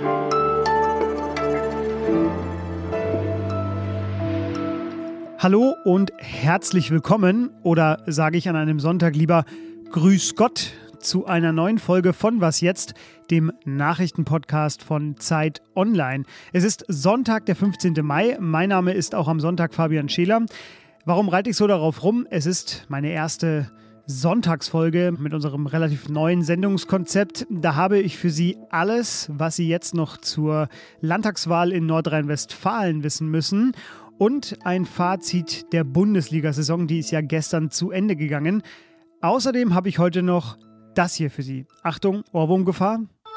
Hallo und herzlich willkommen, oder sage ich an einem Sonntag lieber Grüß Gott, zu einer neuen Folge von Was jetzt, dem Nachrichtenpodcast von Zeit Online. Es ist Sonntag, der 15. Mai. Mein Name ist auch am Sonntag Fabian Scheler. Warum reite ich so darauf rum? Es ist meine erste Sonntagsfolge mit unserem relativ neuen Sendungskonzept. Da habe ich für Sie alles, was Sie jetzt noch zur Landtagswahl in Nordrhein-Westfalen wissen müssen. Und ein Fazit der Bundesliga-Saison, die ist ja gestern zu Ende gegangen. Außerdem habe ich heute noch das hier für Sie. Achtung, Ohrwurmgefahr.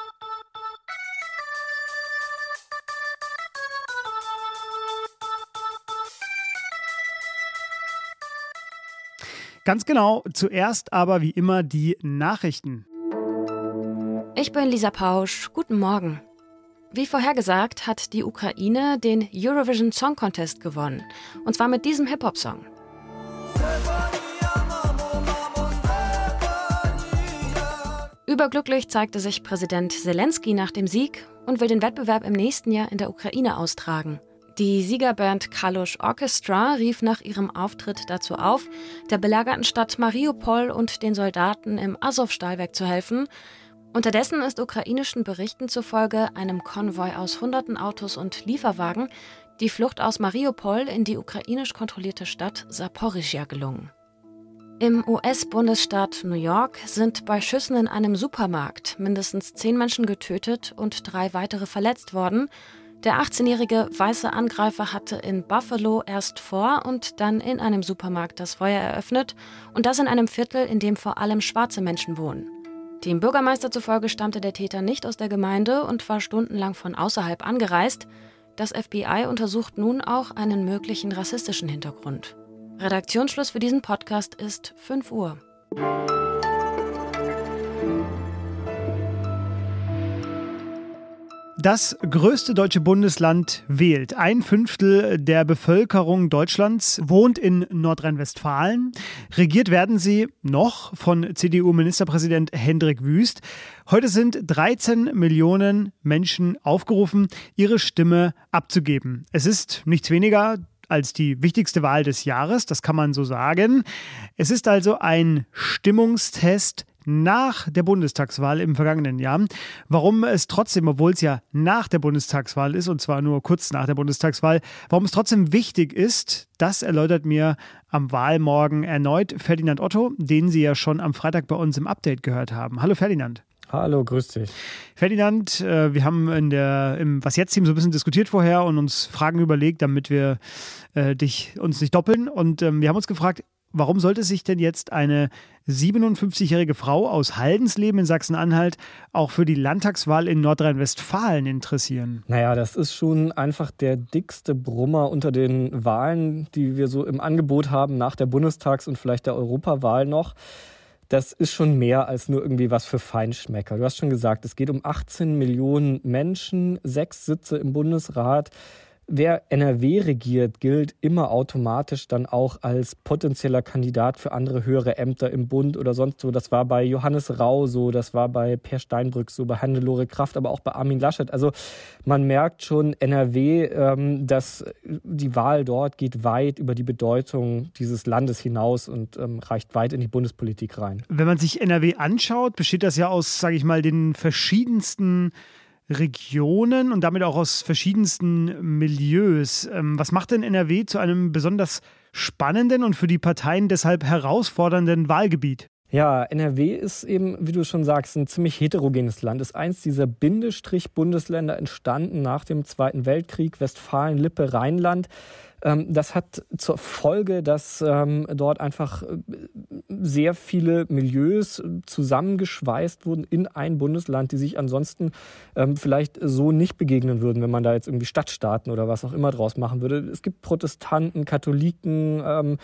Ganz genau, zuerst aber wie immer die Nachrichten. Ich bin Lisa Pausch, guten Morgen. Wie vorhergesagt hat die Ukraine den Eurovision Song Contest gewonnen. Und zwar mit diesem Hip-Hop-Song. Überglücklich zeigte sich Präsident Zelensky nach dem Sieg und will den Wettbewerb im nächsten Jahr in der Ukraine austragen. Die Siegerband Kalush Orchestra rief nach ihrem Auftritt dazu auf, der belagerten Stadt Mariupol und den Soldaten im Azov-Stahlwerk zu helfen. Unterdessen ist ukrainischen Berichten zufolge einem Konvoi aus hunderten Autos und Lieferwagen die Flucht aus Mariupol in die ukrainisch kontrollierte Stadt Saporischschja gelungen. Im US-Bundesstaat New York sind bei Schüssen in einem Supermarkt mindestens 10 Menschen getötet und 3 weitere verletzt worden. Der 18-jährige weiße Angreifer hatte in Buffalo erst vor und dann in einem Supermarkt das Feuer eröffnet, und das in einem Viertel, in dem vor allem schwarze Menschen wohnen. Dem Bürgermeister zufolge stammte der Täter nicht aus der Gemeinde und war stundenlang von außerhalb angereist. Das FBI untersucht nun auch einen möglichen rassistischen Hintergrund. Redaktionsschluss für diesen Podcast ist 5 Uhr. Das größte deutsche Bundesland wählt. 1/5 der Bevölkerung Deutschlands wohnt in Nordrhein-Westfalen. Regiert werden sie noch von CDU-Ministerpräsident Hendrik Wüst. Heute sind 13 Millionen Menschen aufgerufen, ihre Stimme abzugeben. Es ist nichts weniger als die wichtigste Wahl des Jahres, das kann man so sagen. Es ist also ein Stimmungstest nach der Bundestagswahl im vergangenen Jahr. Warum es trotzdem, obwohl es ja nach der Bundestagswahl ist, und zwar nur kurz nach der Bundestagswahl, warum es trotzdem wichtig ist, das erläutert mir am Wahlmorgen erneut Ferdinand Otto, den Sie ja schon am Freitag bei uns im Update gehört haben. Hallo Ferdinand. Hallo, grüß dich. Ferdinand, wir haben im Was-Jetzt-Team so ein bisschen diskutiert vorher und uns Fragen überlegt, damit wir uns nicht doppeln. Und wir haben uns gefragt, warum sollte sich denn jetzt eine 57-jährige Frau aus Haldensleben in Sachsen-Anhalt auch für die Landtagswahl in Nordrhein-Westfalen interessieren? Naja, das ist schon einfach der dickste Brummer unter den Wahlen, die wir so im Angebot haben nach der Bundestags- und vielleicht der Europawahl noch. Das ist schon mehr als nur irgendwie was für Feinschmecker. Du hast schon gesagt, es geht um 18 Millionen Menschen, 6 Sitze im Bundesrat. Wer NRW regiert, gilt immer automatisch dann auch als potenzieller Kandidat für andere höhere Ämter im Bund oder sonst so. Das war bei Johannes Rau so, das war bei Per Steinbrück so, bei Hannelore Kraft, aber auch bei Armin Laschet. Also man merkt schon, NRW, dass die Wahl dort geht weit über die Bedeutung dieses Landes hinaus und reicht weit in die Bundespolitik rein. Wenn man sich NRW anschaut, besteht das ja aus, sage ich mal, den verschiedensten Regionen und damit auch aus verschiedensten Milieus. Was macht denn NRW zu einem besonders spannenden und für die Parteien deshalb herausfordernden Wahlgebiet? Ja, NRW ist eben, wie du schon sagst, ein ziemlich heterogenes Land. Ist eins dieser Bindestrich-Bundesländer entstanden nach dem Zweiten Weltkrieg, Westfalen, Lippe, Rheinland. Das hat zur Folge, dass dort einfach sehr viele Milieus zusammengeschweißt wurden in ein Bundesland, die sich ansonsten vielleicht so nicht begegnen würden, wenn man da jetzt irgendwie Stadtstaaten oder was auch immer draus machen würde. Es gibt Protestanten, Katholiken,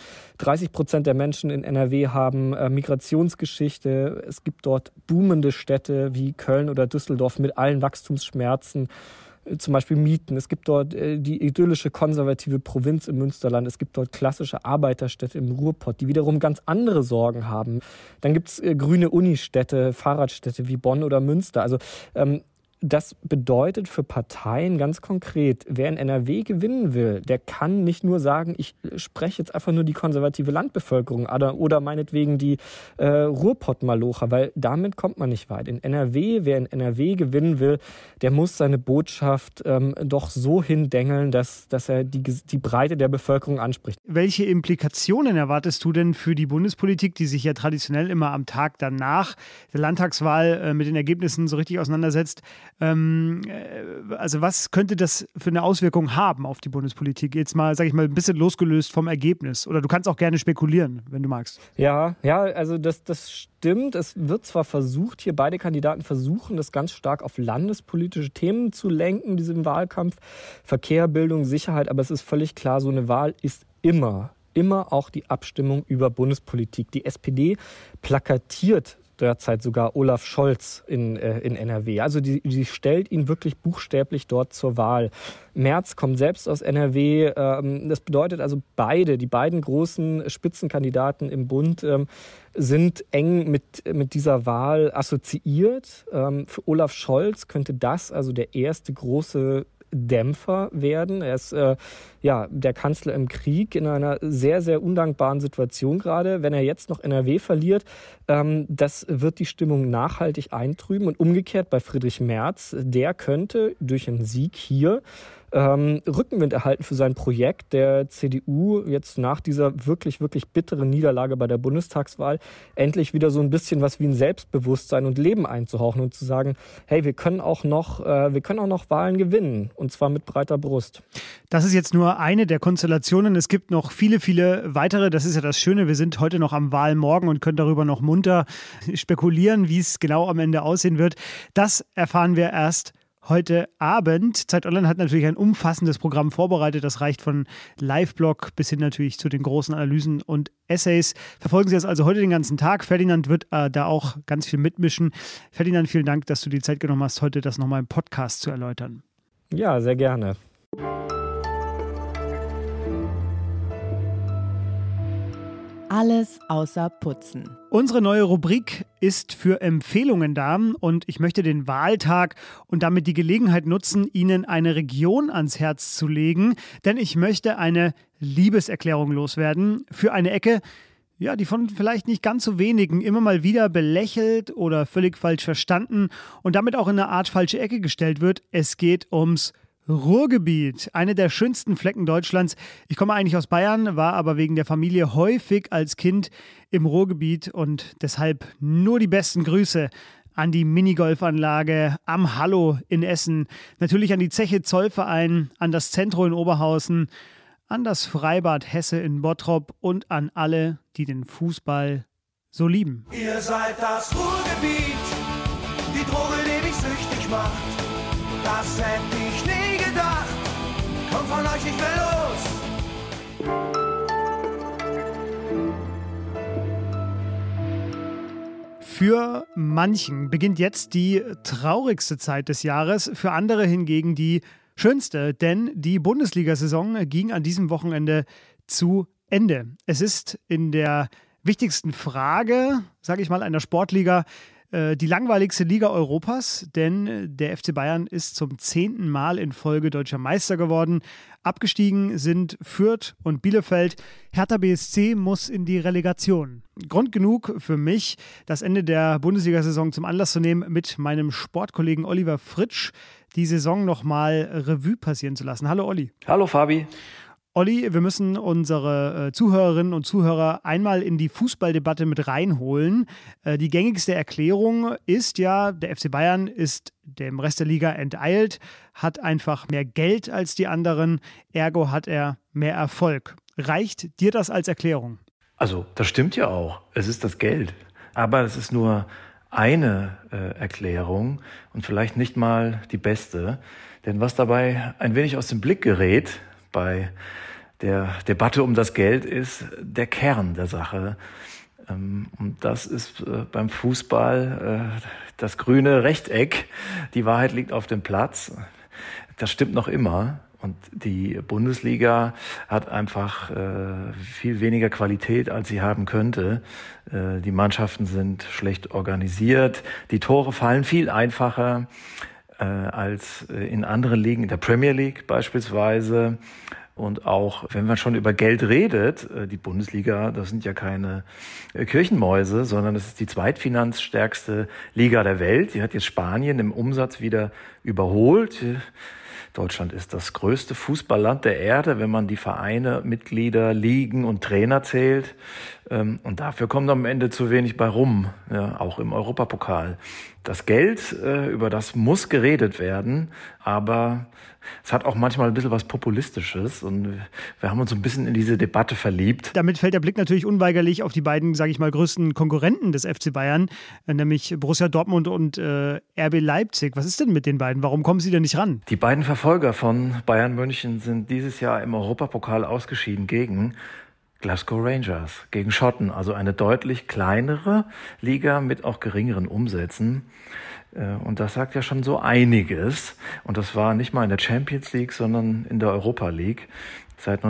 30% der Menschen in NRW haben Migrationsgeschichte. Es gibt dort boomende Städte wie Köln oder Düsseldorf mit allen Wachstumsschmerzen. Zum Beispiel Mieten. Es gibt dort die idyllische konservative Provinz im Münsterland. Es gibt dort klassische Arbeiterstädte im Ruhrpott, die wiederum ganz andere Sorgen haben. Dann gibt es grüne Unistädte, Fahrradstädte wie Bonn oder Münster. Also das bedeutet für Parteien ganz konkret, wer in NRW gewinnen will, der kann nicht nur sagen, ich spreche jetzt einfach nur die konservative Landbevölkerung oder meinetwegen die Ruhrpott-Malocher, weil damit kommt man nicht weit. In NRW, wer in NRW gewinnen will, der muss seine Botschaft doch so hindengeln, dass er die Breite der Bevölkerung anspricht. Welche Implikationen erwartest du denn für die Bundespolitik, die sich ja traditionell immer am Tag danach der Landtagswahl mit den Ergebnissen so richtig auseinandersetzt? Also was könnte das für eine Auswirkung haben auf die Bundespolitik? Jetzt mal, sage ich mal, ein bisschen losgelöst vom Ergebnis. Oder du kannst auch gerne spekulieren, wenn du magst. Ja, also das stimmt. Es wird zwar versucht, hier beide Kandidaten versuchen, das ganz stark auf landespolitische Themen zu lenken, diesem Wahlkampf. Verkehr, Bildung, Sicherheit. Aber es ist völlig klar, so eine Wahl ist immer auch die Abstimmung über Bundespolitik. Die SPD plakatiert derzeit sogar Olaf Scholz in NRW. Also die stellt ihn wirklich buchstäblich dort zur Wahl. Merz kommt selbst aus NRW. Das bedeutet also die beiden großen Spitzenkandidaten im Bund sind eng mit dieser Wahl assoziiert. Für Olaf Scholz könnte das also der erste große Dämpfer werden. Er ist der Kanzler im Krieg in einer sehr, sehr undankbaren Situation gerade. Wenn er jetzt noch NRW verliert, das wird die Stimmung nachhaltig eintrüben. Und umgekehrt bei Friedrich Merz, der könnte durch einen Sieg hier Rückenwind erhalten für sein Projekt, der CDU jetzt nach dieser wirklich, wirklich bitteren Niederlage bei der Bundestagswahl endlich wieder so ein bisschen was wie ein Selbstbewusstsein und Leben einzuhauchen und zu sagen, hey, wir können auch noch Wahlen gewinnen, und zwar mit breiter Brust. Das ist jetzt nur eine der Konstellationen. Es gibt noch viele, viele weitere. Das ist ja das Schöne. Wir sind heute noch am Wahlmorgen und können darüber noch munter spekulieren, wie es genau am Ende aussehen wird. Das erfahren wir erst heute Abend. Zeit Online hat natürlich ein umfassendes Programm vorbereitet. Das reicht von Live-Blog bis hin natürlich zu den großen Analysen und Essays. Verfolgen Sie das also heute den ganzen Tag. Ferdinand wird da auch ganz viel mitmischen. Ferdinand, vielen Dank, dass du die Zeit genommen hast, heute das nochmal im Podcast zu erläutern. Ja, sehr gerne. Alles außer Putzen. Unsere neue Rubrik ist für Empfehlungen da und ich möchte den Wahltag und damit die Gelegenheit nutzen, Ihnen eine Region ans Herz zu legen, denn ich möchte eine Liebeserklärung loswerden für eine Ecke, ja, die von vielleicht nicht ganz so wenigen immer mal wieder belächelt oder völlig falsch verstanden und damit auch in eine Art falsche Ecke gestellt wird. Es geht ums Ruhrgebiet, eine der schönsten Flecken Deutschlands. Ich komme eigentlich aus Bayern, war aber wegen der Familie häufig als Kind im Ruhrgebiet und deshalb nur die besten Grüße an die Minigolfanlage am Hallo in Essen, natürlich an die Zeche Zollverein, an das Zentro in Oberhausen, an das Freibad Hesse in Bottrop und an alle, die den Fußball so lieben. Ihr seid das Ruhrgebiet, die Droge, die mich süchtig macht. Das hätte ich nie gedacht, kommt von euch nicht mehr los. Für manchen beginnt jetzt die traurigste Zeit des Jahres, für andere hingegen die schönste, denn die Bundesliga-Saison ging an diesem Wochenende zu Ende. Es ist in der wichtigsten Frage, sage ich mal, einer Sportliga die langweiligste Liga Europas, denn der FC Bayern ist zum 10. Mal in Folge deutscher Meister geworden. Abgestiegen sind Fürth und Bielefeld. Hertha BSC muss in die Relegation. Grund genug für mich, das Ende der Bundesliga-Saison zum Anlass zu nehmen, mit meinem Sportkollegen Oliver Fritsch die Saison nochmal Revue passieren zu lassen. Hallo Olli. Hallo Fabi. Olli, wir müssen unsere Zuhörerinnen und Zuhörer einmal in die Fußballdebatte mit reinholen. Die gängigste Erklärung ist ja, der FC Bayern ist dem Rest der Liga enteilt, hat einfach mehr Geld als die anderen, ergo hat er mehr Erfolg. Reicht dir das als Erklärung? Also, das stimmt ja auch. Es ist das Geld. Aber es ist nur eine Erklärung und vielleicht nicht mal die beste. Denn was dabei ein wenig aus dem Blick gerät bei der Debatte um das Geld, ist der Kern der Sache. Und das ist beim Fußball das grüne Rechteck. Die Wahrheit liegt auf dem Platz. Das stimmt noch immer. Und die Bundesliga hat einfach viel weniger Qualität, als sie haben könnte. Die Mannschaften sind schlecht organisiert. Die Tore fallen viel einfacher. als in anderen Ligen, in der Premier League beispielsweise. Und auch, wenn man schon über Geld redet, die Bundesliga, das sind ja keine Kirchenmäuse, sondern das ist die zweitfinanzstärkste Liga der Welt. Die hat jetzt Spanien im Umsatz wieder überholt. Deutschland ist das größte Fußballland der Erde, wenn man die Vereine, Mitglieder, Ligen und Trainer zählt. Und dafür kommt am Ende zu wenig bei rum, ja, auch im Europapokal. Das Geld, über das muss geredet werden, aber es hat auch manchmal ein bisschen was Populistisches und wir haben uns ein bisschen in diese Debatte verliebt. Damit fällt der Blick natürlich unweigerlich auf die beiden, sage ich mal, größten Konkurrenten des FC Bayern, nämlich Borussia Dortmund und RB Leipzig. Was ist denn mit den beiden? Warum kommen sie denn nicht ran? Die beiden Verfolger von Bayern München sind dieses Jahr im Europapokal ausgeschieden gegen Glasgow Rangers, gegen Schotten, also eine deutlich kleinere Liga mit auch geringeren Umsätzen. Und das sagt ja schon so einiges. Und das war nicht mal in der Champions League, sondern in der Europa League. Seit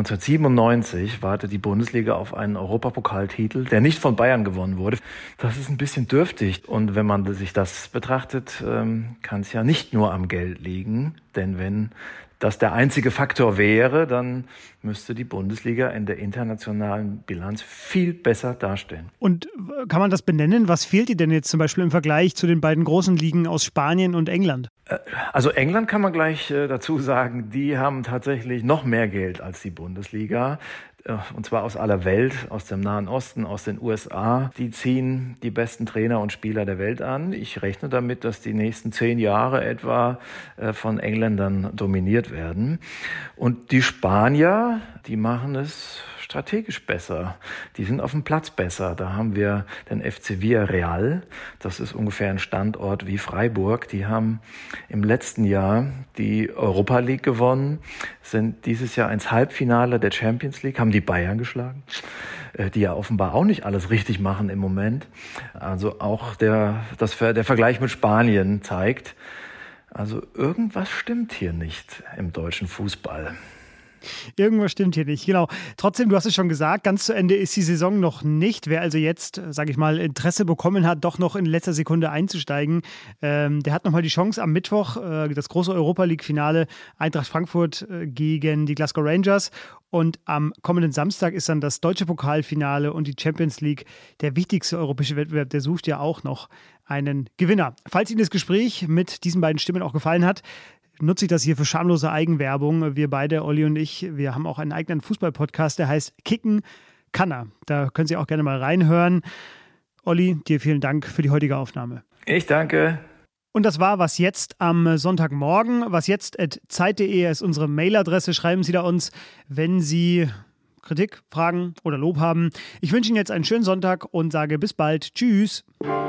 1997 wartet die Bundesliga auf einen Europapokaltitel, der nicht von Bayern gewonnen wurde. Das ist ein bisschen dürftig. Und wenn man sich das betrachtet, kann es ja nicht nur am Geld liegen. Denn wenn das der einzige Faktor wäre, dann müsste die Bundesliga in der internationalen Bilanz viel besser dastehen. Und kann man das benennen? Was fehlt dir denn jetzt zum Beispiel im Vergleich zu den beiden großen Ligen aus Spanien und England? Also England kann man gleich dazu sagen, die haben tatsächlich noch mehr Geld als die Bundesliga. Und zwar aus aller Welt, aus dem Nahen Osten, aus den USA. Die ziehen die besten Trainer und Spieler der Welt an. Ich rechne damit, dass die nächsten 10 Jahre etwa von Engländern dominiert werden. Und die Spanier, die machen es strategisch besser. Die sind auf dem Platz besser. Da haben wir den FC Villarreal. Das ist ungefähr ein Standort wie Freiburg. Die haben im letzten Jahr die Europa League gewonnen, sind dieses Jahr ins Halbfinale der Champions League, haben die Bayern geschlagen, die ja offenbar auch nicht alles richtig machen im Moment. Also auch der Vergleich mit Spanien zeigt, also irgendwas stimmt hier nicht im deutschen Fußball. Irgendwas stimmt hier nicht, genau. Trotzdem, du hast es schon gesagt, ganz zu Ende ist die Saison noch nicht. Wer also jetzt, sage ich mal, Interesse bekommen hat, doch noch in letzter Sekunde einzusteigen, der hat nochmal die Chance am Mittwoch, das große Europa-League-Finale Eintracht Frankfurt gegen die Glasgow Rangers. Und am kommenden Samstag ist dann das deutsche Pokalfinale und die Champions League, der wichtigste europäische Wettbewerb, der sucht ja auch noch einen Gewinner. Falls Ihnen das Gespräch mit diesen beiden Stimmen auch gefallen hat, nutze ich das hier für schamlose Eigenwerbung. Wir beide, Olli und ich, wir haben auch einen eigenen Fußball-Podcast, der heißt Kicken Kanner. Da können Sie auch gerne mal reinhören. Olli, dir vielen Dank für die heutige Aufnahme. Ich danke. Und das war Was Jetzt am Sonntagmorgen. wasjetzt@zeit.de ist unsere Mailadresse. Schreiben Sie da uns, wenn Sie Kritik, Fragen oder Lob haben. Ich wünsche Ihnen jetzt einen schönen Sonntag und sage bis bald. Tschüss.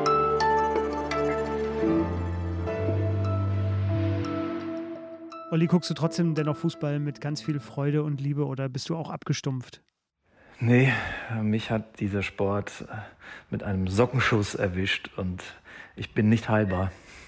Olli, guckst du trotzdem dennoch Fußball mit ganz viel Freude und Liebe oder bist du auch abgestumpft? Nee, mich hat dieser Sport mit einem Sockenschuss erwischt und ich bin nicht heilbar.